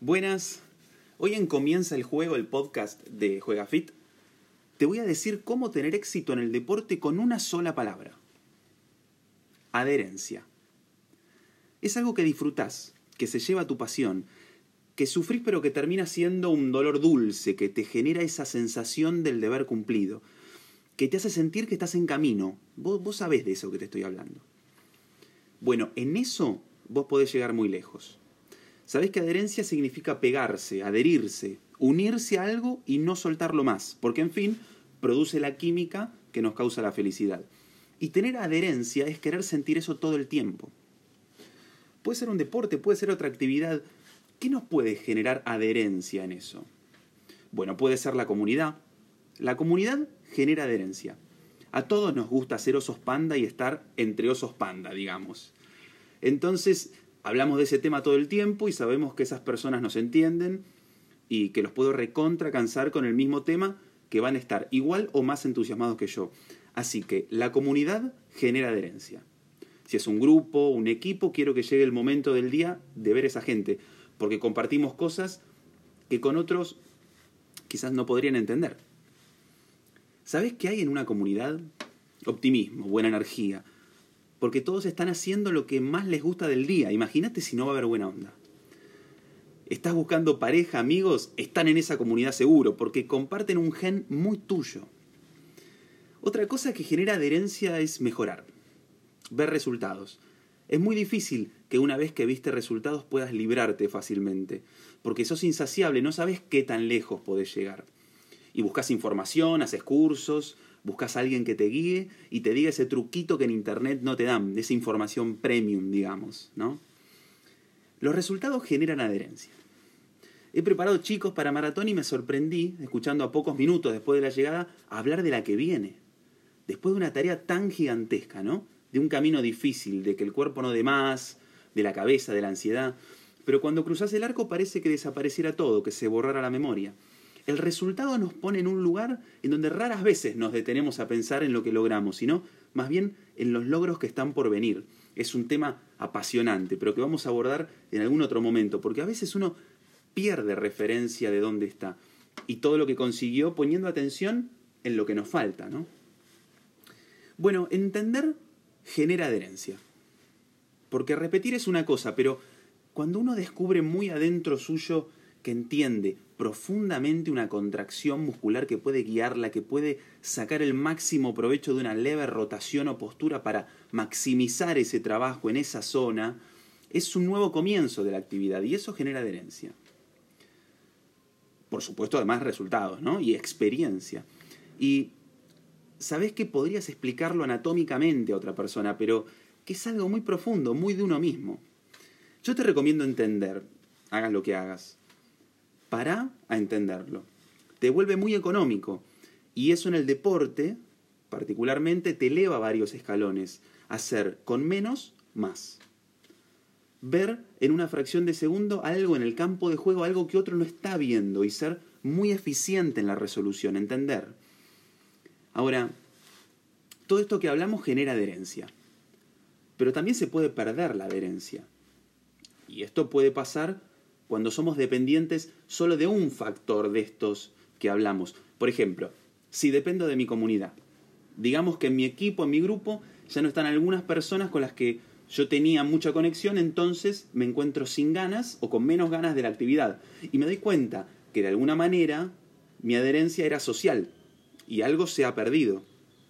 Buenas, hoy en Comienza el Juego, el podcast de JuegaFit, te voy a decir cómo tener éxito en el deporte con una sola palabra. Adherencia. Es algo que disfrutás, que se lleva a tu pasión, que sufrís pero que termina siendo un dolor dulce, que te genera esa sensación del deber cumplido, que te hace sentir que estás en camino. Vos sabés de eso que te estoy hablando. Bueno, en eso vos podés llegar muy lejos. Sabés que adherencia significa pegarse, adherirse, unirse a algo y no soltarlo más, porque en fin, produce la química que nos causa la felicidad. Y tener adherencia es querer sentir eso todo el tiempo. Puede ser un deporte, puede ser otra actividad. ¿Qué nos puede generar adherencia en eso? Bueno, puede ser la comunidad. La comunidad genera adherencia. A todos nos gusta ser osos panda y estar entre osos panda, digamos. Entonces, hablamos de ese tema todo el tiempo y sabemos que esas personas nos entienden y que los puedo recontra cansar con el mismo tema, que van a estar igual o más entusiasmados que yo. Así que la comunidad genera adherencia. Si es un grupo, un equipo, quiero que llegue el momento del día de ver a esa gente, porque compartimos cosas que con otros quizás no podrían entender. ¿Sabés qué hay en una comunidad? Optimismo, buena energía. Porque todos están haciendo lo que más les gusta del día. Imagínate si no va a haber buena onda. ¿Estás buscando pareja, amigos? Están en esa comunidad seguro, porque comparten un gen muy tuyo. Otra cosa que genera adherencia es mejorar. Ver resultados. Es muy difícil que una vez que viste resultados puedas librarte fácilmente, porque sos insaciable, no sabes qué tan lejos podés llegar. Y buscas información, haces cursos, buscas a alguien que te guíe y te diga ese truquito que en internet no te dan, esa información premium, digamos, ¿no? Los resultados generan adherencia. He preparado chicos para maratón y me sorprendí, escuchando a pocos minutos después de la llegada, hablar de la que viene. Después de una tarea tan gigantesca, ¿no? De un camino difícil, de que el cuerpo no dé más, de la cabeza, de la ansiedad. Pero cuando cruzás el arco parece que desapareciera todo, que se borrara la memoria. El resultado nos pone en un lugar en donde raras veces nos detenemos a pensar en lo que logramos, sino más bien en los logros que están por venir. Es un tema apasionante, pero que vamos a abordar en algún otro momento, porque a veces uno pierde referencia de dónde está y todo lo que consiguió poniendo atención en lo que nos falta, ¿no? Bueno, entender genera adherencia, porque repetir es una cosa, pero cuando uno descubre muy adentro suyo que entiende profundamente una contracción muscular que puede guiarla, que puede sacar el máximo provecho de una leve rotación o postura para maximizar ese trabajo en esa zona, es un nuevo comienzo de la actividad y eso genera adherencia. Por supuesto, además resultados, ¿no? Y experiencia. Y sabés que podrías explicarlo anatómicamente a otra persona, pero que es algo muy profundo, muy de uno mismo. Yo te recomiendo entender, hagas lo que hagas. Pará a entenderlo. Te vuelve muy económico. Y eso en el deporte, particularmente, te eleva varios escalones. Hacer con menos, más. Ver en una fracción de segundo algo en el campo de juego, algo que otro no está viendo, y ser muy eficiente en la resolución, entender. Ahora, todo esto que hablamos genera adherencia. Pero también se puede perder la adherencia. Y esto puede pasar cuando somos dependientes solo de un factor de estos que hablamos. Por ejemplo, si dependo de mi comunidad. Digamos que en mi equipo, en mi grupo, ya no están algunas personas con las que yo tenía mucha conexión, entonces me encuentro sin ganas o con menos ganas de la actividad. Y me doy cuenta que de alguna manera mi adherencia era social y algo se ha perdido.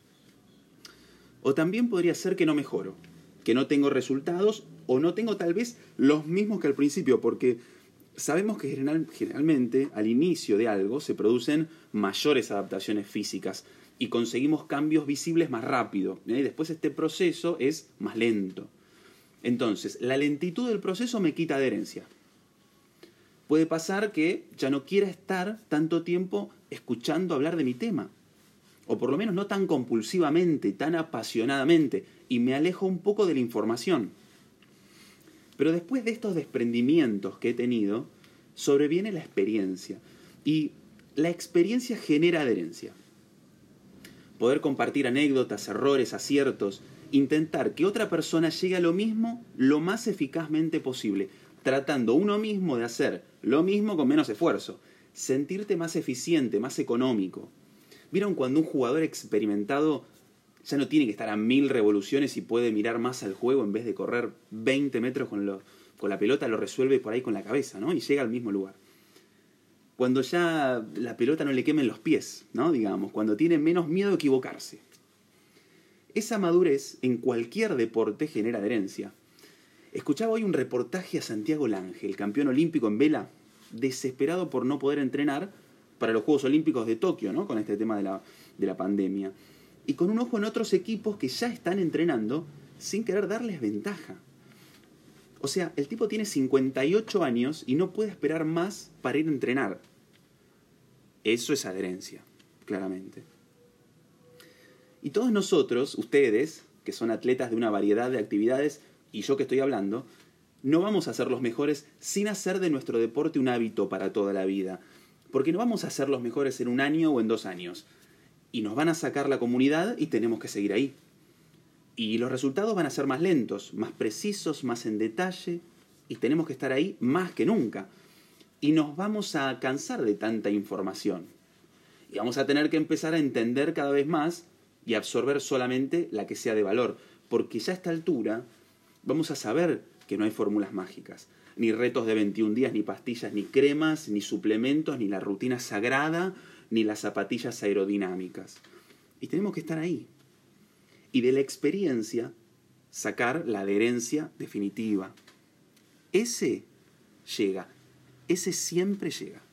O también podría ser que no mejoro, que no tengo resultados o no tengo tal vez los mismos que al principio, porque sabemos que generalmente al inicio de algo se producen mayores adaptaciones físicas y conseguimos cambios visibles más rápido. Y después este proceso es más lento. Entonces, la lentitud del proceso me quita adherencia. Puede pasar que ya no quiera estar tanto tiempo escuchando hablar de mi tema. O por lo menos no tan compulsivamente, tan apasionadamente. Y me alejo un poco de la información. Pero después de estos desprendimientos que he tenido, sobreviene la experiencia. Y la experiencia genera adherencia. Poder compartir anécdotas, errores, aciertos, intentar que otra persona llegue a lo mismo lo más eficazmente posible. tratando uno mismo de hacer lo mismo con menos esfuerzo. Sentirte más eficiente, más económico. ¿Vieron cuando un jugador experimentado ya no tiene que estar a 1000 revoluciones y puede mirar más al juego en vez de correr 20 metros con la pelota, lo resuelve por ahí con la cabeza, ¿no? Y llega al mismo lugar. Cuando ya la pelota no le quemen los pies, ¿no? Digamos, cuando tiene menos miedo de equivocarse. Esa madurez en cualquier deporte genera adherencia. Escuchaba hoy un reportaje a Santiago Lange, el campeón olímpico en vela, desesperado por no poder entrenar para los Juegos Olímpicos de Tokio, ¿no? Con este tema de la pandemia. Y con un ojo en otros equipos que ya están entrenando sin querer darles ventaja. O sea, el tipo tiene 58 años y no puede esperar más para ir a entrenar. Eso es adherencia, claramente. Y todos nosotros, ustedes, que son atletas de una variedad de actividades, y yo que estoy hablando, no vamos a ser los mejores sin hacer de nuestro deporte un hábito para toda la vida. Porque no vamos a ser los mejores en 1 año o en 2 años. Y nos van a sacar la comunidad y tenemos que seguir ahí. Y los resultados van a ser más lentos, más precisos, más en detalle, y tenemos que estar ahí más que nunca. Y nos vamos a cansar de tanta información. Y vamos a tener que empezar a entender cada vez más y absorber solamente la que sea de valor. Porque ya a esta altura vamos a saber que no hay fórmulas mágicas. Ni retos de 21 días, ni pastillas, ni cremas, ni suplementos, ni la rutina sagrada, ni las zapatillas aerodinámicas. Y tenemos que estar ahí. Y de la experiencia sacar la adherencia definitiva. Ese llega. Ese siempre llega.